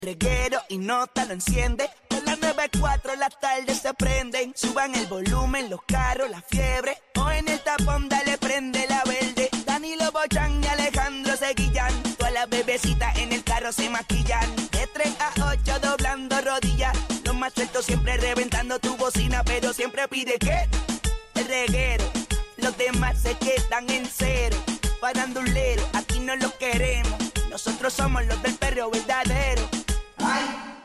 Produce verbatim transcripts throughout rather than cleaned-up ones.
Reguero y nota lo enciende. Con las nueve cuatro las tardes se prenden. Suban el volumen, los carros, la fiebre. O en el tapón dale prende la verde. Danilo Bochán y Alejandro se guillan. Todas las bebecitas en el carro se maquillan. De tres a ocho doblando rodillas. Los más sueltos siempre reventando tu bocina. Pero siempre pide que el reguero. Los demás se quedan en cero. Farandulero, aquí no los queremos. Nosotros somos los del perreo verdadero. Ay.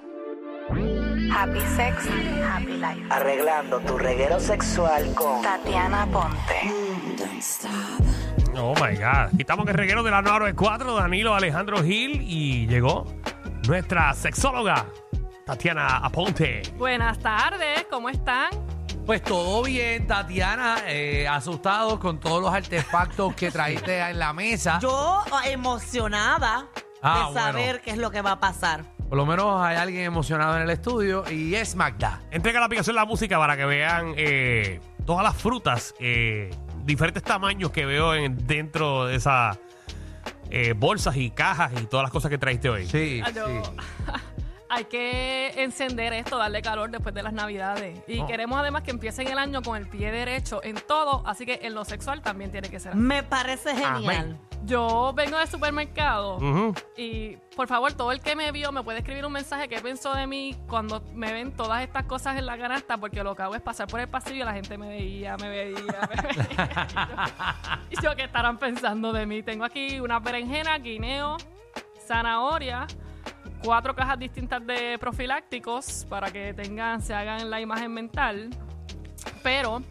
Happy Sex, Happy Life. Arreglando tu reguero sexual con Tatiana Ponte. Oh my God. Aquí estamos en el reguero de la nueve noventa y cuatro, Danilo Alejandro Gil, y llegó nuestra sexóloga, Tatiana Aponte. Buenas tardes, ¿cómo están? Pues todo bien, Tatiana, eh, asustados con todos los artefactos que trajiste en la mesa. Yo emocionada Ah, de saber bueno. qué es lo que va a pasar. Por lo menos hay alguien emocionado en el estudio y es Magda. Entrega la aplicación La Música para que vean eh, todas las frutas, eh, diferentes tamaños que veo en, dentro de esas eh, bolsas y cajas y todas las cosas que trajiste hoy. Sí, Yo- sí. Hay que encender esto, darle calor después de las Navidades. Y Oh. queremos además que empiecen el año con el pie derecho en todo, así que en lo sexual también tiene que ser así. Me parece genial. Amén. Yo vengo del supermercado Ujú. y por favor, todo el que me vio me puede escribir un mensaje que pensó de mí cuando me ven todas estas cosas en la canasta, porque lo que hago es pasar por el pasillo y la gente me veía, me veía, me veía. Y yo, y yo, ¿qué estarán pensando de mí? Tengo aquí una berenjena, guineo, zanahoria, cuatro cajas distintas de profilácticos para que tengan, se hagan la imagen mental. Pero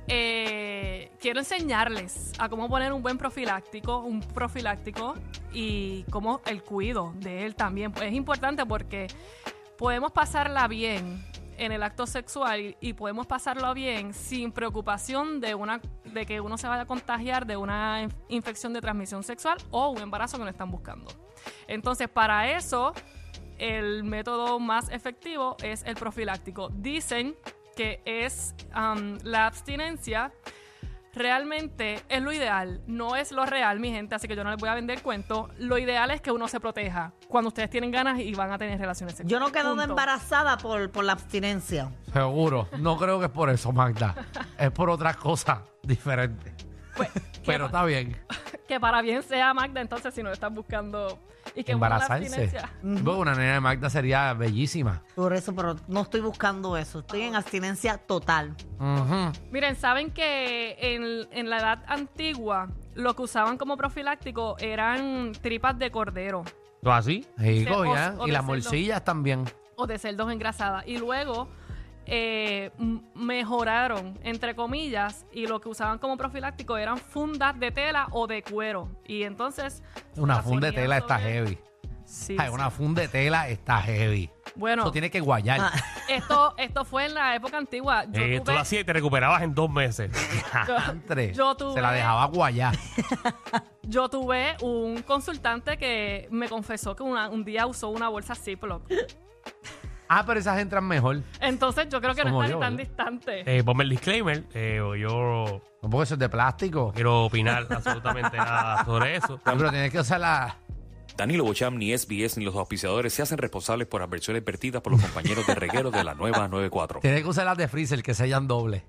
eh, quiero enseñarles a cómo poner un buen profiláctico, un profiláctico y cómo el cuido de él también. Pues es importante porque podemos pasarla bien en el acto sexual y podemos pasarlo bien sin preocupación de una de que uno se vaya a contagiar de una inf- infección de transmisión sexual o un embarazo que no están buscando. Entonces, para eso, el método más efectivo es el profiláctico. Dicen que es um, la abstinencia. Realmente es lo ideal, no es lo real, mi gente, así que yo no les voy a vender cuento. Lo ideal es que uno se proteja cuando ustedes tienen ganas y van a tener relaciones sexuales. Yo no quedo Punto. embarazada por, por la abstinencia. Seguro. No creo que es por eso, Magda. Es por otras cosas diferentes. Pues, Pero está bien. que para bien sea Magda, entonces, si no están buscando y que buena la Embarazarse. abstinencia. Bueno, una nena de Magda sería bellísima. Por eso, pero no estoy buscando eso. Estoy en abstinencia total. Ujú. Miren, saben que en, en la edad antigua lo que usaban como profiláctico eran tripas de cordero ¿Todo así? Rico, o- ya. o Y de las cerdo. morcillas también. o de cerdos engrasadas. Y luego eh, m- mejoraron, entre comillas, y lo que usaban como profiláctico eran fundas de tela o de cuero. Y entonces... Una las funda de ponían tela está sobre- heavy. Sí, Ay, sí. una funda de tela está heavy. Bueno, Eso tiene que guayar. Ah. esto, esto fue en la época antigua. Yo Eh, tú tuve- lo hacías y te recuperabas en dos meses. Entre. yo tuve- Se la dejaba guayar. Yo tuve un consultante que me confesó que una- un día usó una bolsa Ziploc. Ah, pero esas entran mejor. Entonces yo creo que no Somos está yo, ni tan ¿verdad? distante. Eh, ponme el disclaimer. eh, o yo No, porque eso es de plástico. no quiero opinar absolutamente nada sobre eso. No, pero tienes que usar la... Danilo Bocham, ni S B S, ni los auspiciadores se hacen responsables por adversiones vertidas por los compañeros de reguero de la nueva noventa y cuatro. Tienes que usar las de freezer que sellan doble.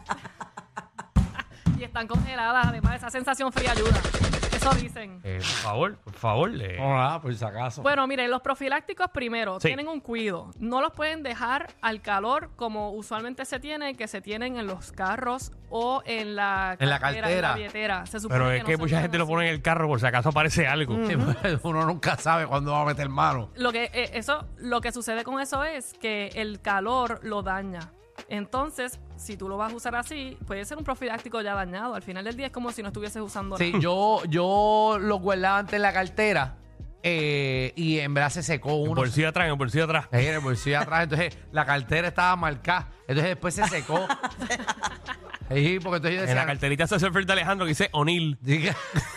Y están congeladas, además esa sensación fría ayuda. Eso dicen. Eh, por favor, por favor. eh, Hola, por si acaso. Bueno, miren, los profilácticos primero Sí. tienen un cuido. No los pueden dejar al calor como usualmente se tiene, que se tienen en los carros o en la En la en cartera. la billetera. Se supone pero es no que se mucha deben gente lo así. pone en el carro por si acaso aparece algo. Sí, pues, uno nunca sabe cuándo va a meter mano. Lo que eh, eso, lo que sucede con eso es que el calor lo daña. Entonces, si tú lo vas a usar así, puede ser un profiláctico ya dañado. Al final del día es como si no estuvieses usando Sí, nada. yo, yo lo guardaba antes en la cartera eh, y en verdad se secó En el uno. bolsillo atrás, en el bolsillo atrás. Ahí en el bolsillo de atrás. Entonces la cartera estaba marcada. Entonces después se secó. Sí, porque entonces yo En decía... la carterita se surfer de Alejandro que dice O'Neill. Diga-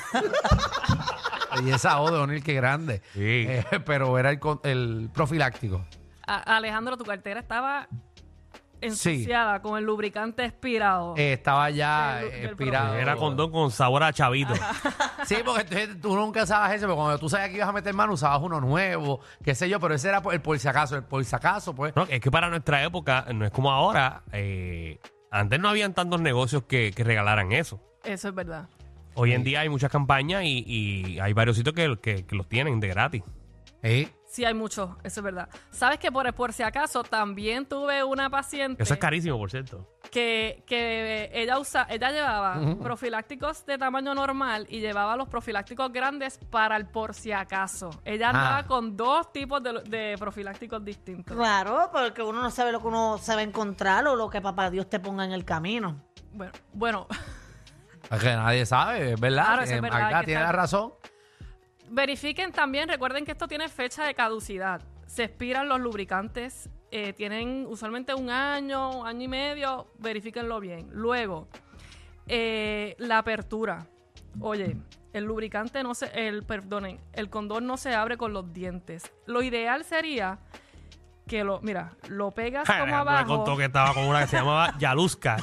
y esa O de O'Neill, qué grande. Sí. Eh, pero era el, con- el profiláctico. A- Alejandro, tu cartera estaba ensuciada con el lubricante expirado. Eh, estaba ya Del- del expirado. Era condón con sabor a chavito. Sí, porque tú, tú nunca usabas ese, pero cuando tú sabías que ibas a meter mano, usabas uno nuevo, qué sé yo, pero ese era por- el por si acaso, el por si acaso, pues. No, es que para nuestra época, no es como ahora. eh, antes no habían tantos negocios que, que regalaran eso. Eso es verdad. Hoy en día hay muchas campañas y, y hay varios sitios que, que- que los tienen de gratis. Sí. Sí, hay mucho, eso es verdad. ¿Sabes que por, por si acaso también tuve una paciente Eso es carísimo, por cierto. que, que ella usa, ella llevaba profilácticos de tamaño normal y llevaba los profilácticos grandes para el por si acaso. Ella andaba Ah. con dos tipos de, de profilácticos distintos. Claro, porque uno no sabe lo que uno se va a encontrar o lo que papá Dios te ponga en el camino. Bueno, bueno, Es que nadie sabe, es verdad. Claro, eso es Eh, verdad, Magda hay que tiene la estar- razón. verifiquen también, recuerden que esto tiene fecha de caducidad. Se expiran los lubricantes, eh, tienen usualmente un año, un año y medio, verifíquenlo bien. Luego, eh, la apertura. Oye, el lubricante no se, el, perdonen, el condón no se abre con los dientes. Lo ideal sería que lo, mira, lo pegas como Alejandro me abajo. contó que estaba con una que se llamaba Yaluska.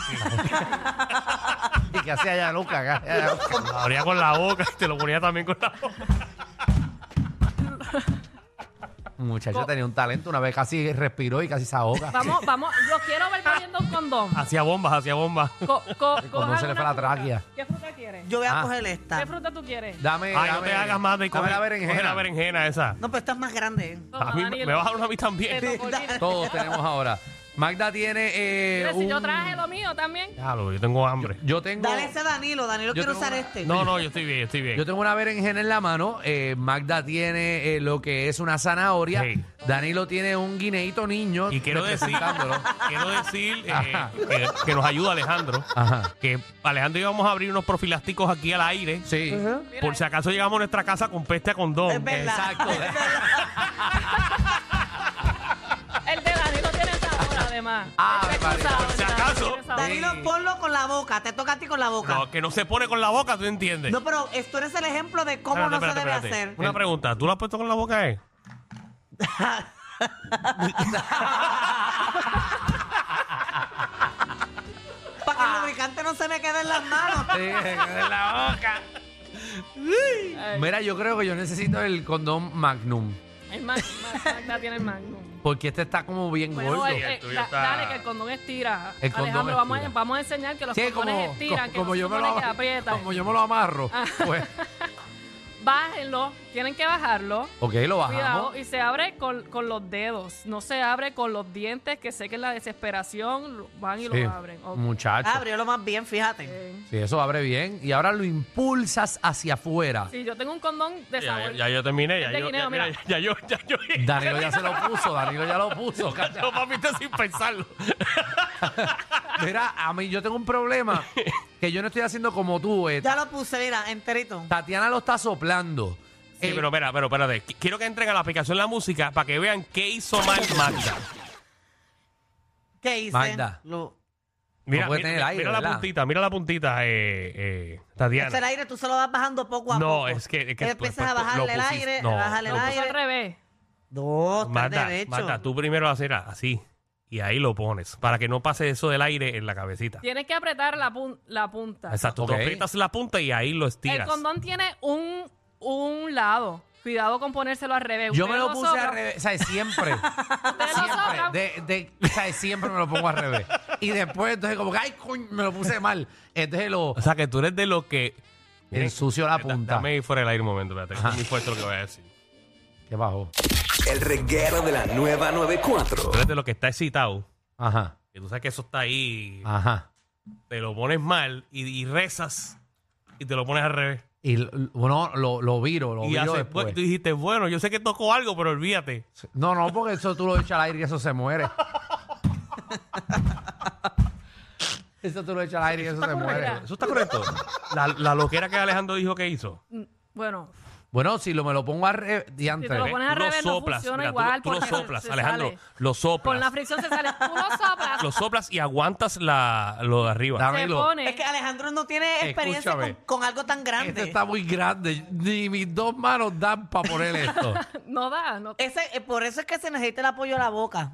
¿Y qué hacía ya Luca? ¿Qué hacía Yaluca? Lo abría con la boca y te lo ponía también con la boca. Un muchacho Co- tenía un talento, una vez casi respiró y casi se ahoga. Vamos, vamos, yo quiero ver poniendo un condón. Hacía bombas, hacía bombas. Co- co- condón cojan se le fue una la fruta. tráquea. ¿Qué fruta quieres? Yo voy a Ah. coger esta. ¿Qué fruta tú quieres? Dame, Ay, no dame- te hagas más de dame coger la Coge berenjena. la berenjena esa. No, pero esta es más grande. Toma, A mí Danilo. me va a dar una a mí Te también. tocó el dinero. Todos tenemos ahora. Magda tiene eh, Mira, si yo un- traje lo mío también. Déjalo, yo tengo hambre. Yo tengo... Dale ese a Danilo. Danilo Yo quiere tengo usar una- este. No, no, yo estoy bien, yo estoy bien. Yo tengo una berenjena en la mano. eh, Magda tiene eh, lo que es una zanahoria. Sí. Danilo tiene un guineíto niño. Y quiero decir, representándolo. quiero decir eh, Ajá. que, que nos ayuda Alejandro. Ajá. Que Alejandro íbamos a abrir unos profilácticos aquí al aire. Sí. Por si acaso llegamos a nuestra casa con peste a condón. Es verdad. Exacto. El de Danilo tiene sabor, además. Ah, Este es María, cruzado, por si el de acaso. Danilo tiene sabor. Danilo, Sí. ponlo con la boca. Te toca a ti con la boca. No, que no se pone con la boca, ¿tú entiendes? No, pero esto eres el ejemplo de cómo Espérate, no se espérate, debe espérate. hacer. Una pregunta, ¿tú lo has puesto con la boca, eh? Para que el lubricante no se me quede en las manos. Sí, en la boca. Mira, yo creo que yo necesito el condón Magnum. El Mag- Mag- Magda tiene el Magnum. Porque este está como bien Bueno, gordo. el- el- el tuyo da- está- dale, que el condón estira. El condón Alejandro, vamos, a, estira. vamos a enseñar que los Sí, condones como, estiran, como, que como no yo se me supone lo, que aprietan. como yo me lo amarro. Ah. Pues, Bájenlo, tienen que bajarlo. ok, lo bajamos. Cuidado, y se abre con, con los dedos, no se abre con los dientes, que sé que en la desesperación lo- van y Sí, lo abren. Ok. muchacho. Abriólo más bien, fíjate. Eh, Sí, eso abre bien. Y ahora lo impulsas hacia afuera. Sí, yo tengo un condón de Ya, sabor. ya, ya yo terminé, ya Es de yo, guineo, ya, mira, mira. ya yo, ya yo. Danilo ya se lo puso, Danilo ya lo puso. Yo papi está sin pensarlo. Mira, a mí yo tengo un problema que yo no estoy haciendo como tú. eh. Ya lo puse, mira, enterito. Tatiana lo está soplando. Sí, Eh, pero espera, pero espérate. Qu- Quiero que entren a la aplicación la música para que vean qué hizo mal Magda. ¿Qué hice? Magda. Lo... Mira, No puede mira, tener aire, mira la ¿verdad? puntita, mira la puntita, eh, eh, Tatiana. Ese el aire tú se lo vas bajando poco a No, poco. es que- es que empiezas pues, a pues, bajarle lo el pusiste- aire, no, bajarle lo el Lo puso al aire. revés. No, está Magda, derecho. Magda, tú primero vas a hacer así. Y ahí lo pones. Para que no pase eso del aire en la cabecita. Tienes que apretar la, pun- la punta. Exacto. Tú Ok. aprietas la punta y ahí lo El estiras. condón tiene un, un lado. Cuidado con ponérselo al revés. Yo Ustedes me lo puse soplan. al revés, ¿sabes? Siempre. Ustedes lo Siempre. soplan. De, de, ¿sabes? Siempre me lo pongo al revés. Y después, entonces, como que, ay, coño, me lo puse mal. Entonces lo O sea, que tú eres de lo que... ensucio la Da- punta. Dame ahí fuera del aire un momento, espérate. que Es muy fuerte lo que voy a decir. ¿Qué bajó? El reguero de la nueva noventa y cuatro. Tú eres de lo que está excitado. Ajá, Y tú sabes que eso está ahí. ajá. Te lo pones mal y, y rezas y te lo pones al revés. Y l- bueno, lo, lo viro, lo y viro haces- después. tú dijiste, bueno, yo sé que tocó algo, pero olvídate. No, no, porque eso tú lo echas al aire y eso se muere. Eso tú lo echas al aire y eso se muere. Mira. ¿Eso está correcto? La, la loquera que Alejandro dijo que hizo. Bueno, Bueno, si lo me lo pongo al revés, diantre. Si te lo pones al Tú lo revés, no soplas, funciona mira, tú lo- igual tú lo porque se- soplas, se Alejandro, sale. lo soplas. con la fricción se sale. Tú lo soplas. Lo soplas y aguantas la, lo de arriba. Dame- se Danilo, pone. Es que Alejandro no tiene experiencia Escúchame. con, con algo tan grande. Este está muy grande. Ni mis dos manos dan para poner esto. No da. No. Ese, eh, por eso es que se necesita el apoyo de la boca.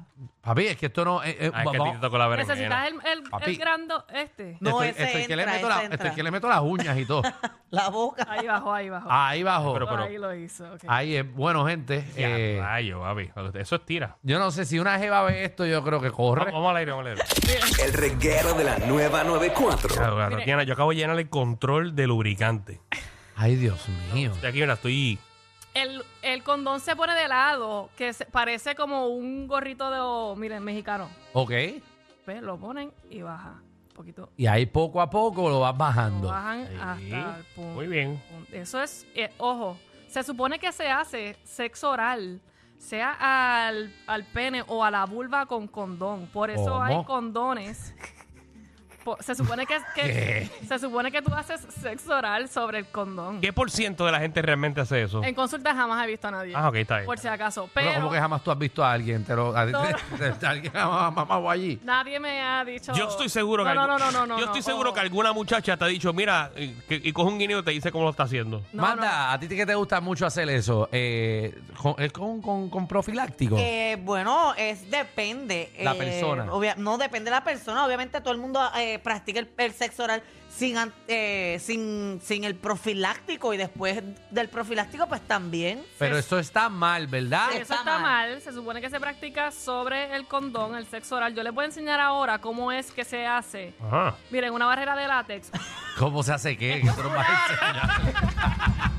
Papi, es que esto no... eh, eh, Ah, es que a ti vamos- te tocó la berenjena. Necesitas el, el, Papi. el grando este. No, estoy, ese estoy que le entra, meto ese la- entra. estoy que le meto las uñas y todo. La boca. Ahí bajó, ahí bajó. Ahí bajo. Pero, pero- Ahí lo hizo. ok. Ahí es, bueno, gente. Ya, eh, rayo, papi. Eso es tira. yo no sé si una jeva ve esto, yo creo que corre. Vamos, vamos al aire, vamos al aire. El reguero de la nueva noventa y cuatro. Ya, bueno, Mire. Tatiana, yo acabo de llenar el control de lubricante. Ay, Dios mío. Y aquí, mira, estoy... El, el condón se pone de lado, que se- parece como un gorrito de, oh, miren, mexicano. Ok. ¿Ves? Lo ponen y baja. Un poquito. Y ahí poco a poco lo vas Lo bajando. bajan Sí. hasta el punto. Muy bien. Eso es, eh, ojo, se supone que se hace sexo oral, sea al, al pene o a la vulva con condón. Por eso ¿Cómo? hay condones. Po- Se supone que, que se supone que tú haces sexo oral sobre el condón. ¿Qué por ciento de la gente realmente hace eso? En consulta jamás he visto a nadie. Ah, ok, está bien. Por si acaso. Pero Pero como que jamás tú has visto a alguien, te lo, a, No. te- te- alguien ha mamado allí. nadie me ha dicho. Yo estoy seguro no, que no, algu- no, no, no, no, yo estoy no. seguro Oh. que alguna muchacha te ha dicho, mira, y, que- y coge un guineo y te dice cómo lo está haciendo. No, Manda, a ti que te gusta mucho hacer eso, eh, con- ¿es con, con, con profiláctico? Eh, bueno, es depende. La Eh, persona. obvia- no depende de la persona. Obviamente todo el mundo eh, practica el, el sexo oral sin, an- eh, sin, sin el profiláctico y después del profiláctico pues también. Pero eso está mal, ¿verdad? Eso está está mal. mal. Se supone que se practica sobre el condón, el sexo oral. Yo les voy a enseñar ahora cómo es que se hace. Ajá. Miren, una barrera de látex. ¿Cómo se hace qué? Que tú no vas a enseñar.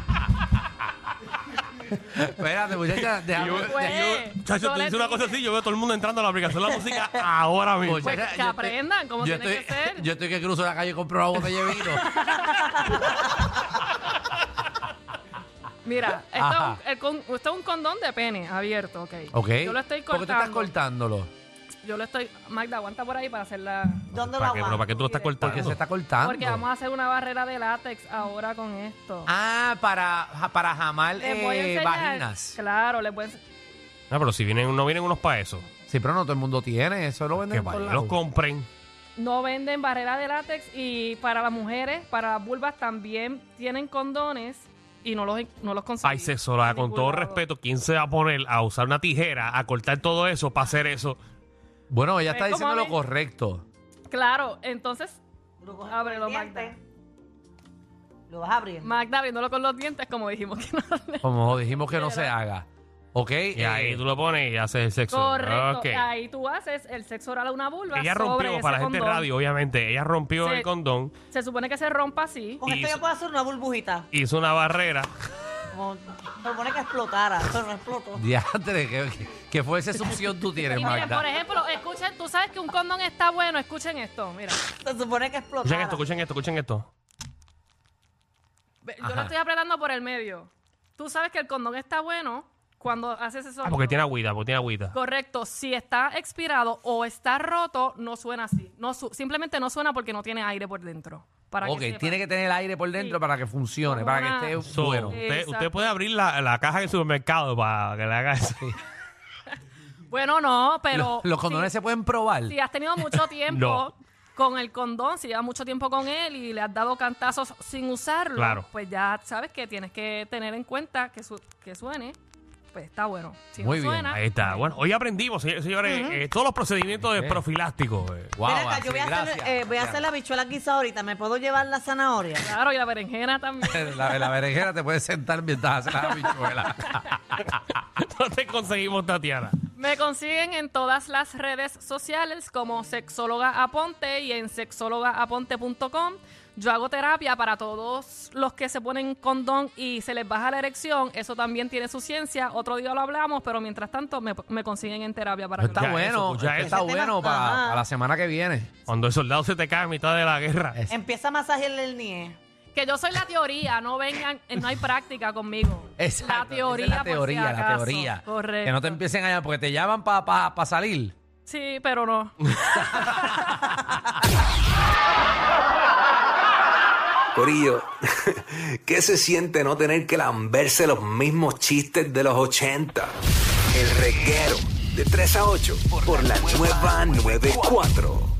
Espérate, muchacha, déjame. Yo- Pues, Chacho, yo tú les dices una dije- cosa así, yo veo a todo el mundo entrando a la aplicación de la música ahora mismo. Muchacha, Pues que yo aprendan cómo yo tiene estoy, que ser. Yo estoy que cruzo la calle y compro una botella de vino. Mira, esto Ajá. es, un, el con- esto es un condón de pene abierto, ok. ¿Ok? Yo lo estoy ¿Por qué te estás cortando. cortándolo? Yo lo estoy... Magda, aguanta por ahí para hacerla... ¿Dónde ¿Para lo qué, pero aguanto? ¿para qué tú lo estás cortando? Porque se está cortando. Porque vamos a hacer una barrera de látex ahora con esto. Ah, para, ja- para jamar Les voy a eh, enseñar. vaginas. Claro, les voy a enseñar. No, pero si vienen, no vienen unos para eso. Sí, pero no todo el mundo tiene. Eso lo Que venden por para que lado. los compren. No venden barrera de látex y para las mujeres, para las vulvas también tienen condones y no los, no los consiguen. Ay, sexóloga, con todo respeto, ¿quién se va a poner a usar una tijera, a cortar todo eso para hacer eso? Bueno, ella Pues, está diciendo ¿cómo lo ves? correcto. Claro, entonces Lo coges Ábrelo, con el Magda. diente. Lo vas abriendo. Magda abriéndolo con los dientes, como dijimos que no. Como dijimos que no se haga. ¿Ok? Y ahí eh, tú lo pones y haces el sexo. Correcto. Ok. Ahí tú haces el sexo oral a una vulva. Ella sobre rompió, ese para la gente de condón. radio, obviamente, ella rompió Se- el condón, Se supone que se rompa así. Con esto hizo- yo puedo hacer una burbujita. hizo una barrera. Como, se supone que explotara, pero no explotó. Diantre, ¿qué, qué, qué fue esa succión tú tienes, Y miren, Magda? por ejemplo, escuchen, tú sabes que un condón está bueno, escuchen esto, mira. Se supone que explotara. Escuchen esto, escuchen esto, escuchen esto. Ve, Yo Ajá. lo estoy apretando por el medio. Tú sabes que el condón está bueno cuando haces eso. Ah, porque tiene agüita, porque tiene agüita. Correcto, si está expirado o está roto, no suena así. No su- simplemente no suena porque no tiene aire por dentro. Para Ok, que sepan. tiene que tener el aire por dentro Sí. para que funcione, Como para una- que esté So, bueno. usted, Exacto. usted puede abrir la, la caja del supermercado para que le haga eso. Bueno, no, pero... Los, los condones si, se pueden probar. si has tenido mucho tiempo No. con el condón, si llevas mucho tiempo con él y le has dado cantazos sin usarlo, Claro. pues ya sabes que tienes que tener en cuenta que, su- que suene, pues está bueno. Si Muy no bien, suena, Ahí está. Bueno, hoy aprendimos, señores, señores, eh, todos los procedimientos de Ok. profiláctico. eh. Wow, Ven acá, así, yo voy a, hacer, gracias. eh, voy a hacer la bichuela guisada ahorita. ¿Me puedo llevar la zanahoria? claro, y la berenjena también. La, la berenjena te puedes sentar mientras haces la habichuela. ¿Dónde conseguimos, Tatiana? Me consiguen en todas las redes sociales como Sexóloga Aponte y en sexóloga aponte punto com. Yo hago terapia para todos los que se ponen condón y se les baja la erección. Eso también tiene su ciencia. Otro día lo hablamos, pero mientras tanto me, me consiguen en terapia para Está Escucha bueno, eso, escucha está eso. bueno Ese tema- para, ajá. para la semana que viene. Cuando el soldado se te cae a mitad de la guerra. Es- Empieza a masajearle el nie. que yo soy la teoría, no vengan, eh, no hay práctica conmigo. Exacto, la esa teoría, es la por si teoría, la acaso. teoría. Correcto. Que no te empiecen a llamar porque te llaman para pa, pa salir. Sí, pero no. Corillo, ¿qué se siente no tener que lamberse los mismos chistes de los ochenta? El reguero de tres a ocho por la nueva noventa y cuatro.